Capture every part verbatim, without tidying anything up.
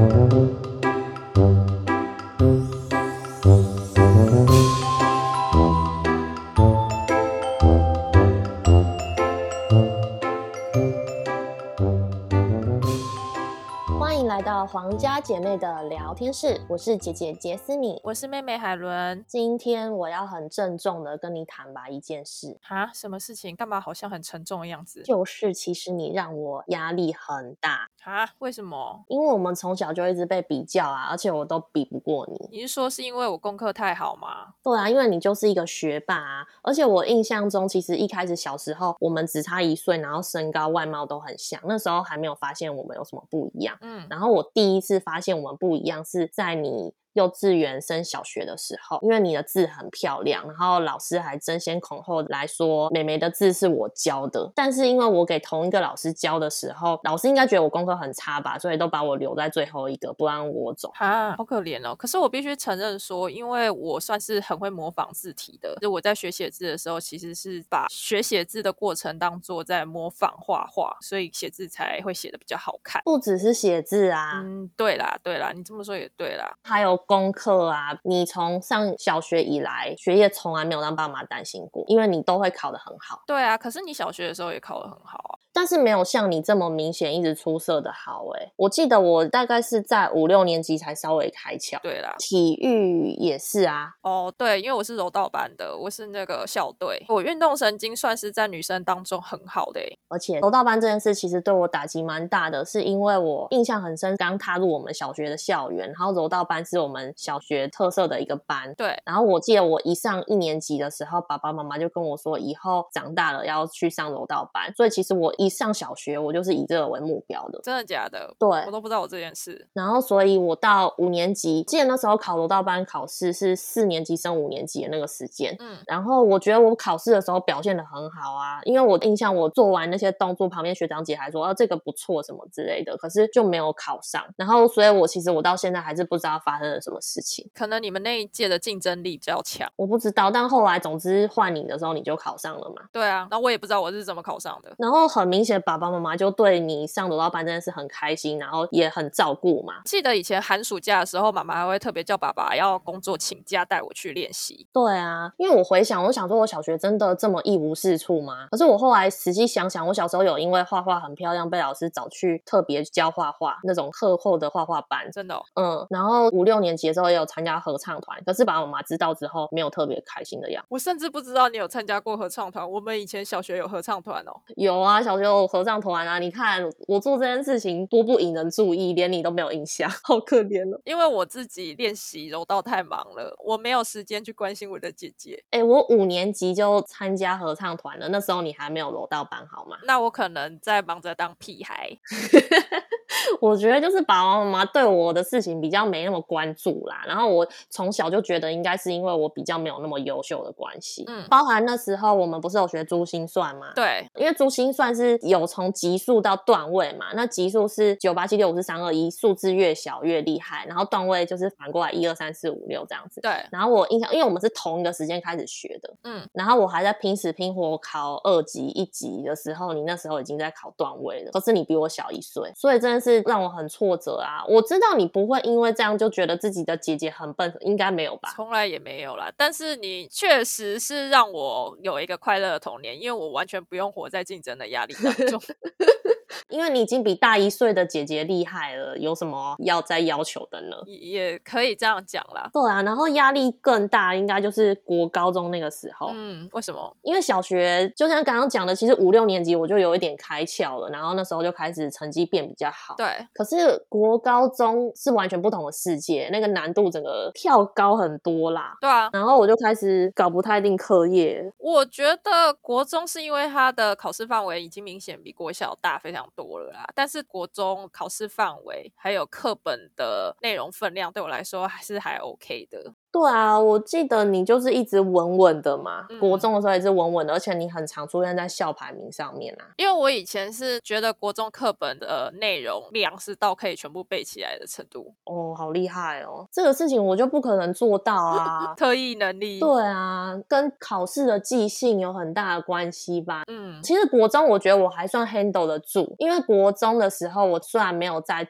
欢迎来到皇家姐妹的聊天室，我是姐姐杰斯米， 我是妹妹海伦。 今天我要很郑重的跟你坦白一件事。 哈？什么事情？干嘛好像很沉重的样子？ 就是其实你让我压力很大。 哈？为什么？ 因为我们从小就一直被比较啊，而且我都比不过你。 你是说是因为我功课太好吗？ 对啊，因为你就是一个学霸啊，而且我印象中其实一开始小时候我们只差一岁，然后身高外貌都很像，那时候还没有发现我们有什么不一样。 嗯， 然后我第一次发现我们不一样是在你幼稚园升小学的时候，因为你的字很漂亮，然后老师还争先恐后来说妹妹的字是我教的，但是因为我给同一个老师教的时候，老师应该觉得我功课很差吧，所以都把我留在最后一个，不让我走。 哈，好可怜哦。可是我必须承认说，因为我算是很会模仿字体的，就我在学写字的时候，其实是把学写字的过程当作在模仿画画，所以写字才会写得比较好看。 不只是写字啊， 嗯，对啦对啦，你这么说也对啦。 还有功课啊，你从上小学以来，学业从来没有让爸妈担心过，因为你都会考得很好。 对啊，可是你小学的时候也考得很好啊。 但是没有像你这么明显一直出色的好欸。我记得我大概是在五六年级才稍微开窍。 对啦， 体育也是啊。 哦，对，因为我是柔道班的，我是那个校队，我运动神经算是在女生当中很好的耶。 而且柔道班这件事其实对我打击蛮大的，是因为我印象很深，刚踏入我们小学的校园，然后柔道班是我们小学特色的一个班。 对， 然后我记得我一上一年级的时候，爸爸妈妈就跟我说，以后长大了要去上柔道班，所以其实我一上小学，我就是以这个为目标的。 真的假的？ 对， 我都不知道我这件事。 然后所以我到五年级，记得那时候考柔道班考试是四年级升五年级的那个时间。 嗯， 然后我觉得我考试的时候表现得很好啊，因为我印象我做完那些动作，旁边学长姐还说，哦，这个不错什么之类的，可是就没有考上。然后所以我其实我到现在还是不知道发生了什么事情。 可能你们那一届的竞争力比较强。 我不知道，但后来总之换你的时候你就考上了嘛。 对啊，然后我也不知道我是怎么考上的。 然后很明显爸爸妈妈就对你上柔道班这件事很开心，然后也很照顾嘛。 记得以前寒暑假的时候，妈妈还会特别叫爸爸要工作请假带我去练习。 对啊，因为我回想，我想说我小学真的这么一无是处吗？可是我后来仔细想想，我小时候有因为画画很漂亮被老师找去特别教画画，那种课后的画画班。 真的哦。 嗯，然后五六年级的时候也有参加合唱团，可是爸爸妈妈知道之后没有特别开心的样子。 我甚至不知道你有参加过合唱团，我们以前小学有合唱团哦。 有啊，小学有合唱团啊，你看我做这件事情多不引人注意，连你都没有印象，好可怜哦。 因为我自己练习柔道太忙了，我没有时间去关心我的姐姐。 欸，我五年级就参加合唱团了，那时候你还没有柔道班好吗？ 那我可能在忙着当屁孩。 我觉得就是爸爸妈妈对我的事情比较没那么关注啦，然后我从小就觉得应该是因为我比较没有那么优秀的关系。 嗯， 包含那时候我们不是有学珠心算吗？ 对， 因为珠心算是有从级数到段位嘛，那级数是九八七六五四三二一，数字越小越厉害，然后段位就是反过来一二三四五六这样子。 对， 然后我印象，因为我们是同一个时间开始学的， 嗯， 然后我还在拼死拼活考二级一级的时候，你那时候已经在考段位了，可是你比我小一岁，所以真的是让我很挫折啊。我知道你不会因为这样就觉得自己的姐姐很笨，应该没有吧？ 从来也没有啦，但是你确实是让我有一个快乐的童年，因为我完全不用活在竞争的压力当中。 因为你已经比大一岁的姐姐厉害了，有什么要再要求的呢？ 也也可以这样讲啦。 对啊，然后压力更大，应该就是国高中那个时候。 嗯，为什么？ 因为小学就像刚刚讲的，其实五六年级我就有一点开窍了，然后那时候就开始成绩变比较好。 对， 可是国高中是完全不同的世界，那个难度整个跳高很多啦。 对啊， 然后我就开始搞不太定课业。 我觉得国中是因为它的考试范围已经明显比国小大非常多了啦，但是国中考试范围还有课本的内容分量对我来说还是还 OK 的。 对啊，我记得你就是一直稳稳的嘛， 嗯国中的时候也是稳稳的，而且你很常出现在校排名上面啊。 因为我以前是觉得国中课本的内容量是到可以全部背起来的程度。 哦，好厉害哦！这个事情我就不可能做到啊。 特异能力。 对啊，跟考试的记性有很大的关系吧。 嗯， 其实国中我觉得我还算 handle 得住，因为国中的时候我虽然没有在最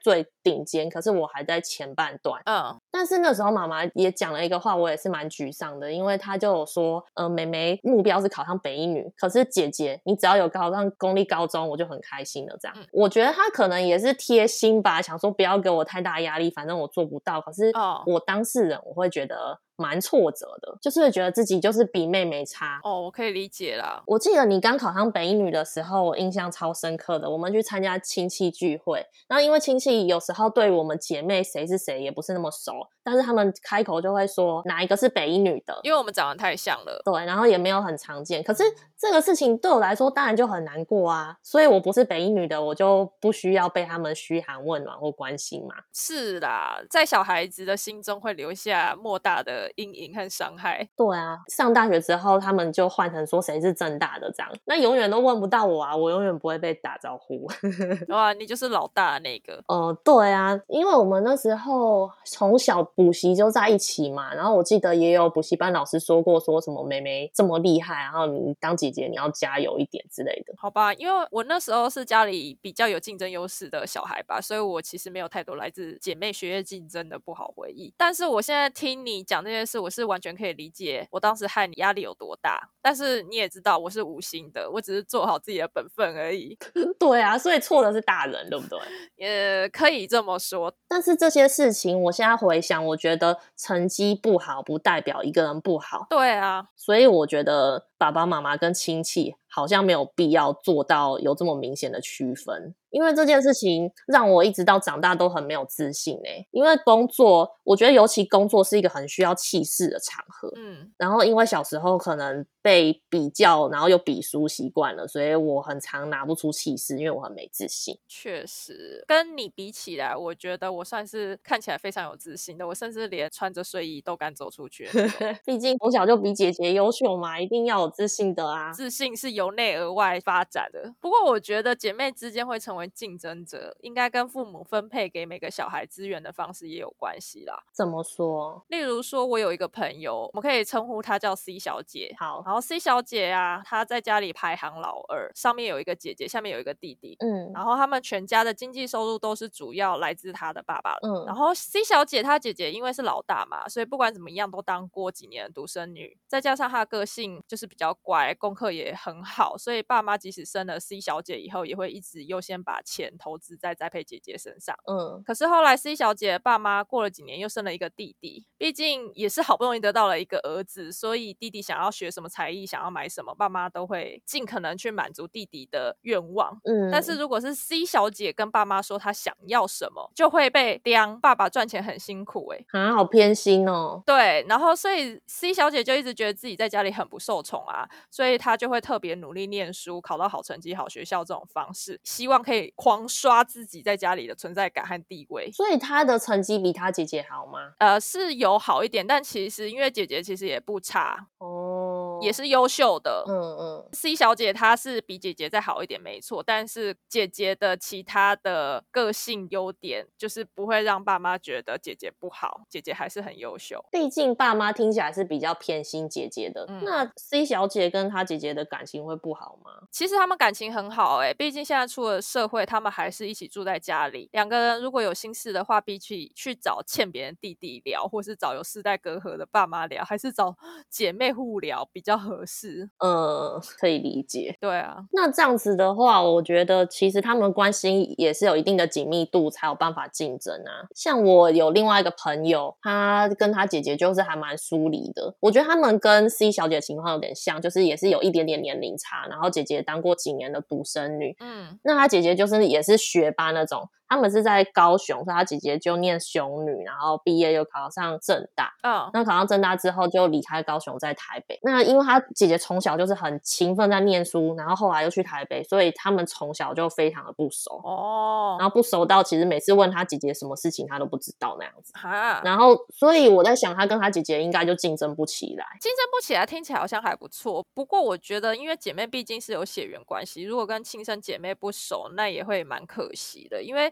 顶尖，可是我还在前半段。 嗯， 但是那时候妈妈也讲了一个话，我也是蛮沮丧的，因为她就有说，呃，妹妹目标是考上北一女，可是姐姐你只要有考上公立高中，我就很开心了。这样， 嗯我觉得她可能也是贴心吧，想说不要给我太大压力，反正我做不到。可是哦我当事人我会觉得蛮挫折的，就是会觉得自己就是比妹妹差。 哦，我可以理解啦。 我记得你刚考上北一女的时候，我印象超深刻的。我们去参加亲戚聚会，然后因为亲戚有时候对我们姐妹谁是谁也不是那么熟，但是他们开口就会说哪一个是北一女的， 因为我们长得太像了。 对，然后也没有很常见。可是这个事情对我来说当然就很难过啊，所以我不是北一女的，我就不需要被他们嘘寒问暖或关心嘛。 是啦，在小孩子的心中会留下莫大的阴影和伤害。 对啊，上大学之后他们就换成说谁是正大的这样，那永远都问不到我啊，我永远不会被打招呼。 哇，你就是老大的那个。 哦、呃，对啊，因为我们那时候从小补习就在一起嘛，然后我记得也有补习班老师说过，说什么妹妹这么厉害，然后你当姐姐你要加油一点之类的。 好吧，因为我那时候是家里比较有竞争优势的小孩吧，所以我其实没有太多来自姐妹学业竞争的不好回忆。但是我现在听你讲这件事，我是完全可以理解我当时害你压力有多大。但是你也知道我是无心的，我只是做好自己的本分而已。 对啊，所以错的是大人，对不对？ 也可以这么说。 但是这些事情我现在回想，我觉得成绩不好不代表一个人不好。 对啊， 所以我觉得爸爸妈妈跟亲戚好像没有必要做到有这么明显的区分，因为这件事情让我一直到长大都很没有自信欸。因为工作，我觉得尤其工作是一个很需要气势的场合， 嗯， 然后因为小时候可能被比较，然后又比输习惯了，所以我很常拿不出气势，因为我很没自信。 确实，跟你比起来，我觉得我算是看起来非常有自信的，我甚至连穿着睡衣都敢走出去的那种。 毕竟从小就比姐姐优秀嘛，一定要有自信的啊。 自信是由内而外发展的。不过我觉得姐妹之间会成为竞争者，应该跟父母分配给每个小孩资源的方式也有关系啦。 怎么说？ 例如说，我有一个朋友，我们可以称呼她叫 C 小姐。 好， 然后 C 小姐啊，她在家里排行老二，上面有一个姐姐，下面有一个弟弟。 嗯， 然后他们全家的经济收入都是主要来自她的爸爸。 嗯， 然后 C 小姐她姐姐因为是老大嘛，所以不管怎么样都当过几年的独生女，再加上她的个性就是比较乖，功课也很好，所以爸妈即使生了 C 小姐以后，也会一直优先把钱投资在栽培姐姐身上。 嗯， 可是后来 C 小姐爸妈过了几年又生了一个弟弟，毕竟也是好不容易得到了一个儿子，所以弟弟想要学什么才艺，想要买什么，爸妈都会尽可能去满足弟弟的愿望。 嗯， 但是如果是 C 小姐跟爸妈说她想要什么，就会被刁，爸爸赚钱很辛苦欸。 啊，好偏心哦。 对，然后所以 C 小姐就一直觉得自己在家里很不受宠啊，所以她就会特别努力念书，考到好成绩、好学校这种方式，希望可以狂刷自己在家里的存在感和地位。 所以他的成绩比他姐姐好吗？ 呃，是有好一点，但其实因为姐姐其实也不差， 哦， 也是优秀的。 嗯嗯， C 小姐她是比姐姐再好一点，没错，但是姐姐的其他的个性优点，就是不会让爸妈觉得姐姐不好，姐姐还是很优秀。 毕竟爸妈听起来是比较偏心姐姐的。 嗯那 C 小姐跟她姐姐的感情会不好吗？ 其实他们感情很好诶、欸，毕竟现在出了社会，他们还是一起住在家里。两个人如果有心事的话，比起去找欠别人弟弟聊，或是找有世代隔阂的爸妈聊，还是找姐妹互聊比较合适。 呃，可以理解。 对啊， 那这样子的话，我觉得其实他们关系也是有一定的紧密度，才有办法竞争啊。像我有另外一个朋友，他跟他姐姐就是还蛮疏离的。我觉得他们跟 C 小姐的情况有点像，就是也是有一点点年龄差，然后姐姐当过几年的独生女， 嗯， 那他姐姐就是也是学霸那种。他们是在高雄，所以他姐姐就念雄女，然后毕业又考上政大。 嗯， 那考上政大之后就离开高雄，在台北。那因为他姐姐从小就是很勤奋在念书，然后后来又去台北，所以他们从小就非常的不熟。 哦， 然后不熟到其实每次问他姐姐什么事情，他都不知道那样子。 哈， 然后所以我在想，他跟他姐姐应该就竞争不起来。 竞争不起来，听起来好像还不错。不过我觉得，因为姐妹毕竟是有血缘关系，如果跟亲生姐妹不熟，那也会蛮可惜的。因为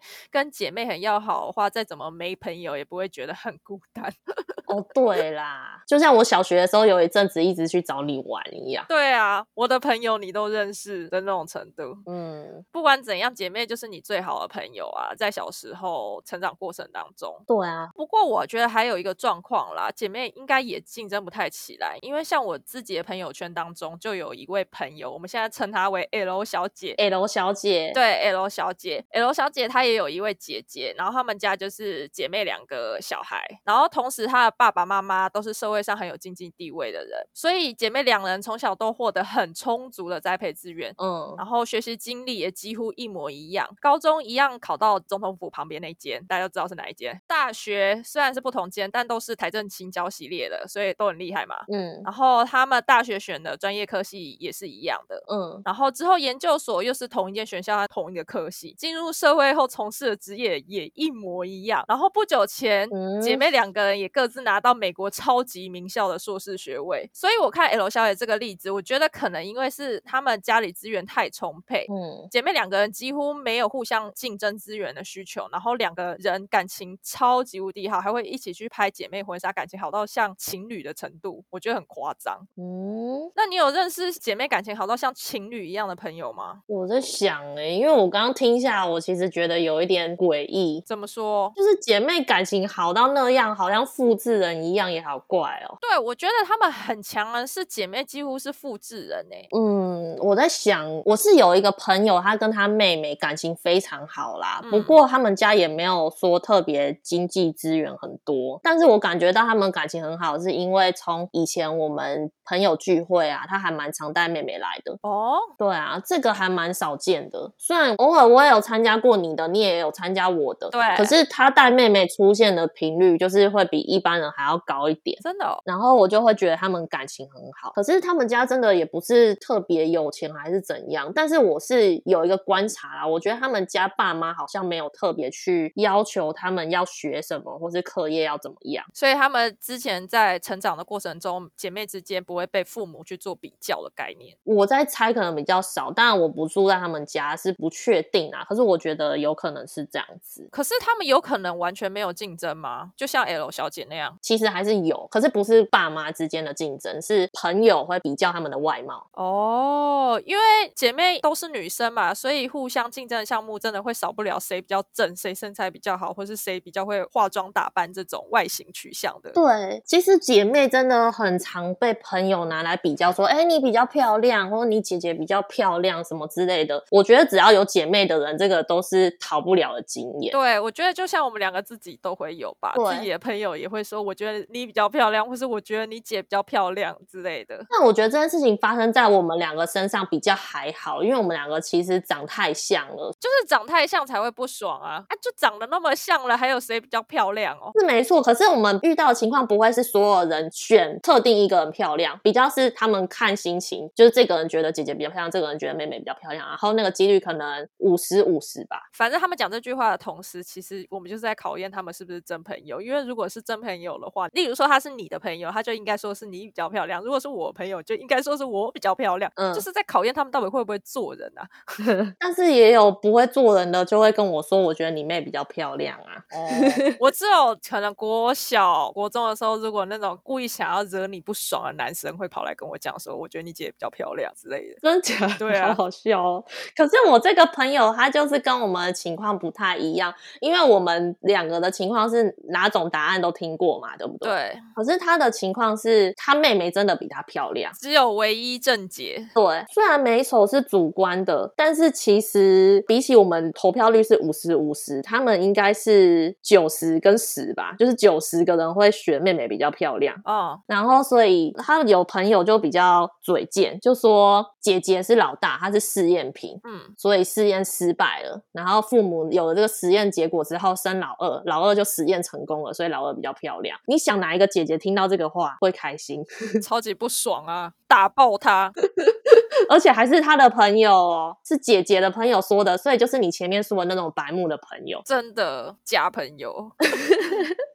跟姐妹很要好的话，再怎么没朋友也不会觉得很孤单。 哦，对啦，就像我小学的时候有一阵子一直去找你玩一样。 对啊，我的朋友你都认识的那种程度。 嗯， 不管怎样，姐妹就是你最好的朋友啊，在小时候成长过程当中。 对啊。 不过我觉得还有一个状况啦，姐妹应该也竞争不太起来，因为像我自己的朋友圈当中就有一位朋友，我们现在称她为 L 小姐。 L 小姐， 对， L 小姐 L 小姐她也有一位姐姐，然后她们家就是姐妹两个小孩，然后同时她的爸爸妈妈都是社会上很有经济地位的人，所以姐妹两人从小都获得很充足的栽培资源， 嗯， 然后学习经历也几乎一模一样，高中一样考到总统府旁边那间，大家都知道是哪一间。大学虽然是不同间，但都是台政清交系列的，所以都很厉害嘛。 嗯， 然后他们大学选的专业科系也是一样的， 嗯， 然后之后研究所又是同一间学校同一个科系，进入社会后从事的职业也一模一样。然后不久前、 嗯姐妹两个人也各自拿到美国超级名校的硕士学位，所以我看 L 小姐这个例子，我觉得可能因为是他们家里资源太充沛， 嗯， 姐妹两个人几乎没有互相竞争资源的需求，然后两个人感情超级无敌好，还会一起去拍姐妹婚纱，感情好到像情侣的程度，我觉得很夸张。 嗯， 那你有认识姐妹感情好到像情侣一样的朋友吗？ 我在想哎、欸，因为我刚刚听下来，我其实觉得有一点诡异。 怎么说？ 就是姐妹感情好到那样，好像复制人一样，也好怪哦。 对，我觉得她们很强的是姐妹几乎是复制人欸。 嗯，我在想，我是有一个朋友，他跟他妹妹感情非常好啦， 嗯不过他们家也没有说特别经济资源很多，但是我感觉到他们感情很好，是因为从以前我们朋友聚会啊，他还蛮常带妹妹来的。 哦， 对啊，这个还蛮少见的。虽然偶尔我也有参加过你的，你也有参加我的， 对可是他带妹妹出现的频率就是会比一般人还要高一点。 真的哦。 然后我就会觉得他们感情很好，可是他们家真的也不是特别有钱还是怎样，但是我是有一个观察啦，我觉得他们家爸妈好像没有特别去要求他们要学什么或是课业要怎么样， 所以他们之前在成长的过程中，姐妹之间不会被父母去做比较的概念。 我在猜可能比较少，当然我不住在他们家是不确定啊，可是我觉得有可能是这样子。 可是他们有可能完全没有竞争吗？就像 L 小姐那样？ 其实还是有，可是不是爸妈之间的竞争，是朋友会比较他们的外貌。 哦，因为姐妹都是女生嘛，所以互相竞争的项目真的会少不了谁比较正，谁身材比较好，或是谁比较会化妆打扮这种外形取向的。 对，其实姐妹真的很常被朋友拿来比较说，哎，你比较漂亮，或者你姐姐比较漂亮什么之类的。我觉得只要有姐妹的人，这个都是逃不了的经验。 对，我觉得就像我们两个自己都会有吧， 对自己的朋友也会说，我觉得你比较漂亮，或是我觉得你姐比较漂亮之类的。 但我觉得这件事情发生在我们两个身上比较还好，因为我们两个其实长太像了。 就是长太像才会不爽啊！啊，就长得那么像了，还有谁比较漂亮哦？ 是没错，可是我们遇到的情况不会是所有人选特定一个人漂亮，比较是他们看心情，就是这个人觉得姐姐比较漂亮，这个人觉得妹妹比较漂亮，然后那个几率可能五十五十吧。 反正他们讲这句话的同时，其实我们就是在考验他们是不是真朋友。因为如果是真朋友的话，例如说他是你的朋友，他就应该说是你比较漂亮；如果是我的朋友，就应该说是我比较漂亮。 嗯， 就是在考验他们到底会不会做人啊。 但是也有不会做人的，就会跟我说，我觉得你妹比较漂亮啊。 哦，我只有可能国小、国中的时候，如果那种故意想要惹你不爽的男生会跑来跟我讲说，我觉得你姐比较漂亮之类的。 真假的？ 对啊， 好好笑哦。可是我这个朋友他就是跟我们的情况不太一样，因为我们两个的情况是哪种答案都听过嘛，对不对？ 对。 可是他的情况是他妹妹真的比他漂亮， 只有唯一正解。 对，虽然美丑是主观的，但是其实比起我们投票率是五十五十，他们应该是九十跟十吧，就是九十个人会选妹妹比较漂亮。 哦， 然后所以他有朋友就比较嘴贱，就说姐姐是老大，她是试验品， 嗯， 所以试验失败了，然后父母有了这个实验结果之后生老二，老二就实验成功了，所以老二比较漂亮。你想哪一个姐姐听到这个话会开心？ 超级不爽啊，打爆他。 而且还是他的朋友哦，是姐姐的朋友说的，所以就是你前面说的那种白目的朋友， 真的假朋友。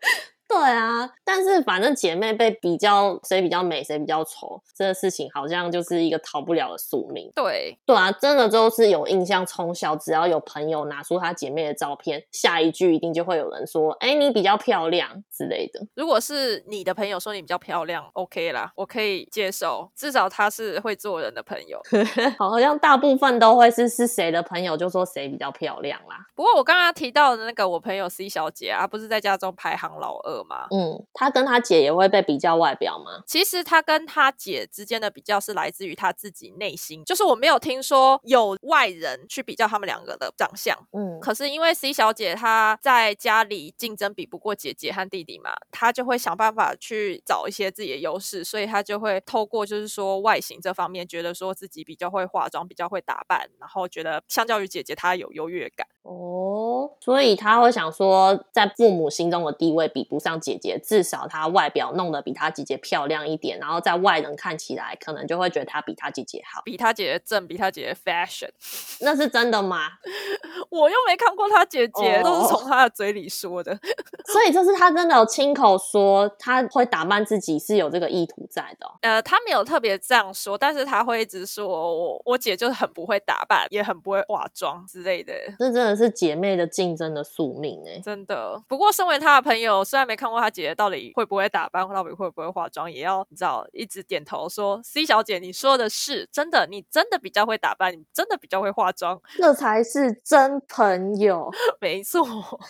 对啊，但是反正姐妹被比较谁比较美谁比较丑，这个事情好像就是一个逃不了的宿命。 对对啊，真的就是有印象，从小只要有朋友拿出他姐妹的照片，下一句一定就会有人说哎，你比较漂亮之类的。 如果是你的朋友说你比较漂亮 OK 啦，我可以接受，至少他是会做人的朋友。 好像大部分都会是是谁的朋友就说谁比较漂亮啦。 不过我刚刚提到的那个我朋友 C 小姐啊，不是在家中排行老二吗？ 嗯，她跟她姐也会被比较外表吗？ 其实她跟她姐之间的比较是来自于她自己内心，就是我没有听说有外人去比较他们两个的长相。 嗯， 可是因为 C 小姐她在家里竞争比不过姐姐和弟弟嘛，她就会想办法去找一些自己的优势，所以她就会透过就是说外形这方面，觉得说自己比较会化妆，比较会打扮，然后觉得相较于姐姐她有优越感。 哦，所以他会想说，在父母心中的地位比不上姐姐，至少他外表弄得比他姐姐漂亮一点，然后在外人看起来，可能就会觉得他比他姐姐好， 比他姐姐正，比他姐姐 fashion。 那是真的吗？ 我又没看过他姐姐， 哦都是从他的嘴里说的。 所以这是他真的有亲口说，他会打扮自己是有这个意图在的、哦。 呃，他没有特别这样说，但是他会一直说我我姐就是很不会打扮，也很不会化妆之类的。 这真的是姐妹的竞争的宿命哎、 真的。不过身为他的朋友，虽然没看过他姐姐到底会不会打扮，到底会不会化妆，也要你知道一直点头说 C 小姐你说的是真的，你真的比较会打扮，你真的比较会化妆， 这才是真朋友。 没错。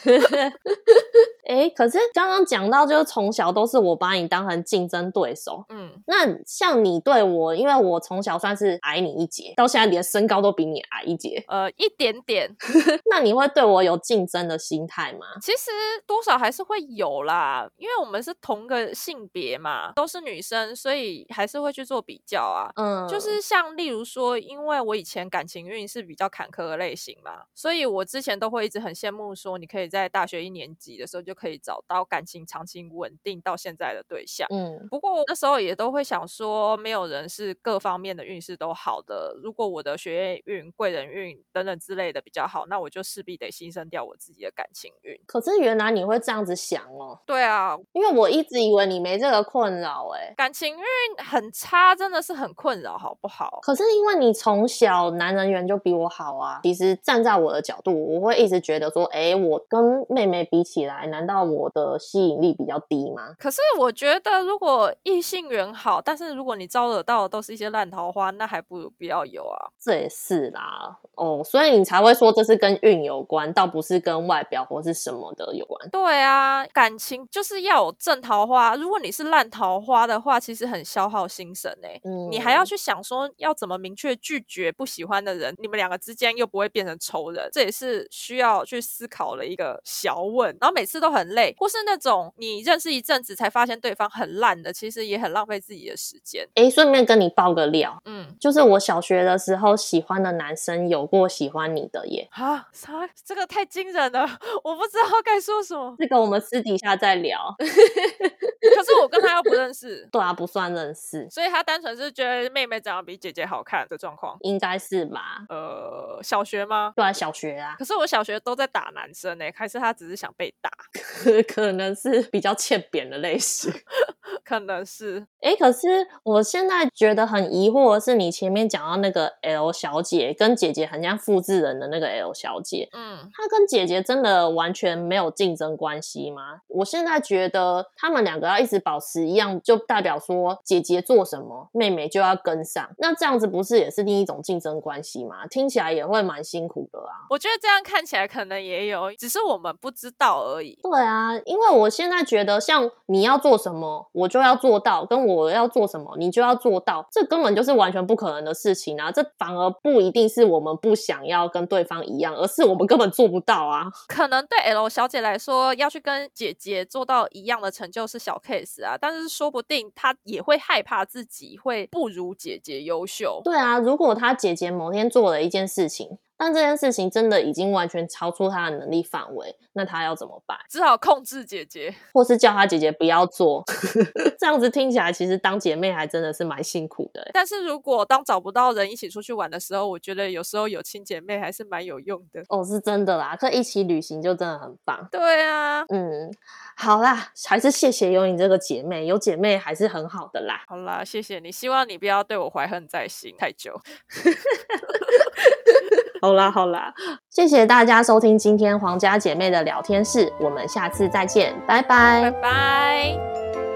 哎，可是刚刚讲到，就是从小都是我把你当成竞争对手。 嗯， 那像你对我，因为我从小算是矮你一截，到现在连身高都比你矮一截， 呃，一点点。 那你会对我有竞争的心态吗？ 其实多少还是会有啦，因为我们是同个性别嘛，都是女生，所以还是会去做比较啊。 嗯， 就是像例如说，因为我以前感情运是比较坎坷的类型嘛，所以我之前都会一直很羡慕说，你可以在大学一年级的时候就可以找到感情长期稳定到现在的对象。 嗯， 不过那时候也都会想说，没有人是各方面的运势都好的。如果我的学业运、贵人运等等之类的比较好，那我就势必得牺牲掉我自己的感情运。 可是原来你会这样子想哦， 对啊， 因为我一直以为你没这个困扰哎。 感情运很差，真的是很困扰，好不好？ 可是因为你从小男人缘就比我好啊，其实站在我的角度，我会一直觉得说，哎，我跟妹妹比起来，难道我的吸引力比较低吗？ 可是我觉得，如果异性缘好，但是如果你招惹到的都是一些烂桃花，那还不如不要有啊。 这也是啦，哦，所以你才会说这是跟运有关，倒不是跟外表或是什么的有关。 对啊，感情就是要有正桃花。如果你是烂桃花的话，其实很消耗心神欸。 嗯， 你还要去想说要怎么明确拒绝不喜欢的人，你们两个之间又不会变成仇人，这也是需要去思考的一个小问。然后每次都很累，或是那种你认识一阵子才发现对方很烂的，其实也很浪费自己的时间。 诶，顺便跟你爆个料， 嗯， 就是我小学的时候喜欢的男生有过喜欢你的耶， 啊，啥？这个太惊人了，我不知道该说什么。 这个我们私底下再聊。 可是我跟他又不认识， 对啊，不算认识， 所以他单纯是觉得妹妹长得比姐姐好看的状况。 应该是吧？ 呃，小学吗？ 对啊，小学啊， 可是我小学都在打男生欸，还是他只是想被打？ 可能是比较欠扁的类型。 可能是。 诶，可是我现在觉得很疑惑的是，你前面讲到那个 L 小姐跟姐姐很像复制人的那个 L 小姐， 嗯， 她跟姐姐真的完全没有竞争关系吗？我现在觉得她们两个要一直保持一样，就代表说姐姐做什么，妹妹就要跟上。那这样子不是也是另一种竞争关系吗？听起来也会蛮辛苦的啊。 我觉得这样看起来可能也有，只是我们不知道而已。 对啊，因为我现在觉得，像你要做什么，我就要做到；跟我要做什么，你就要做到，这根本就是完全不可能的事情啊！这反而不一定是我们不想要跟对方一样，而是我们根本做不到啊！ 可能对 L 小姐来说，要去跟姐姐做到一样的成就是小 case 啊，但是说不定她也会害怕自己会不如姐姐优秀。 对啊，如果她姐姐某天做了一件事情，但这件事情真的已经完全超出她的能力范围，那她要怎么办？ 只好控制姐姐， 或是叫她姐姐不要做？这样子听起来，其实当姐妹还真的是蛮辛苦的欸。 但是如果当找不到人一起出去玩的时候，我觉得有时候有亲姐妹还是蛮有用的。 哦，是真的啦，可以一起旅行就真的很棒。 对啊， 嗯， 好啦，还是谢谢有你这个姐妹，有姐妹还是很好的啦。 好啦，谢谢你，希望你不要对我怀恨在心太久。 好啦好啦，谢谢大家收听今天皇家姐妹的聊天室，我们下次再见，拜拜， 拜拜。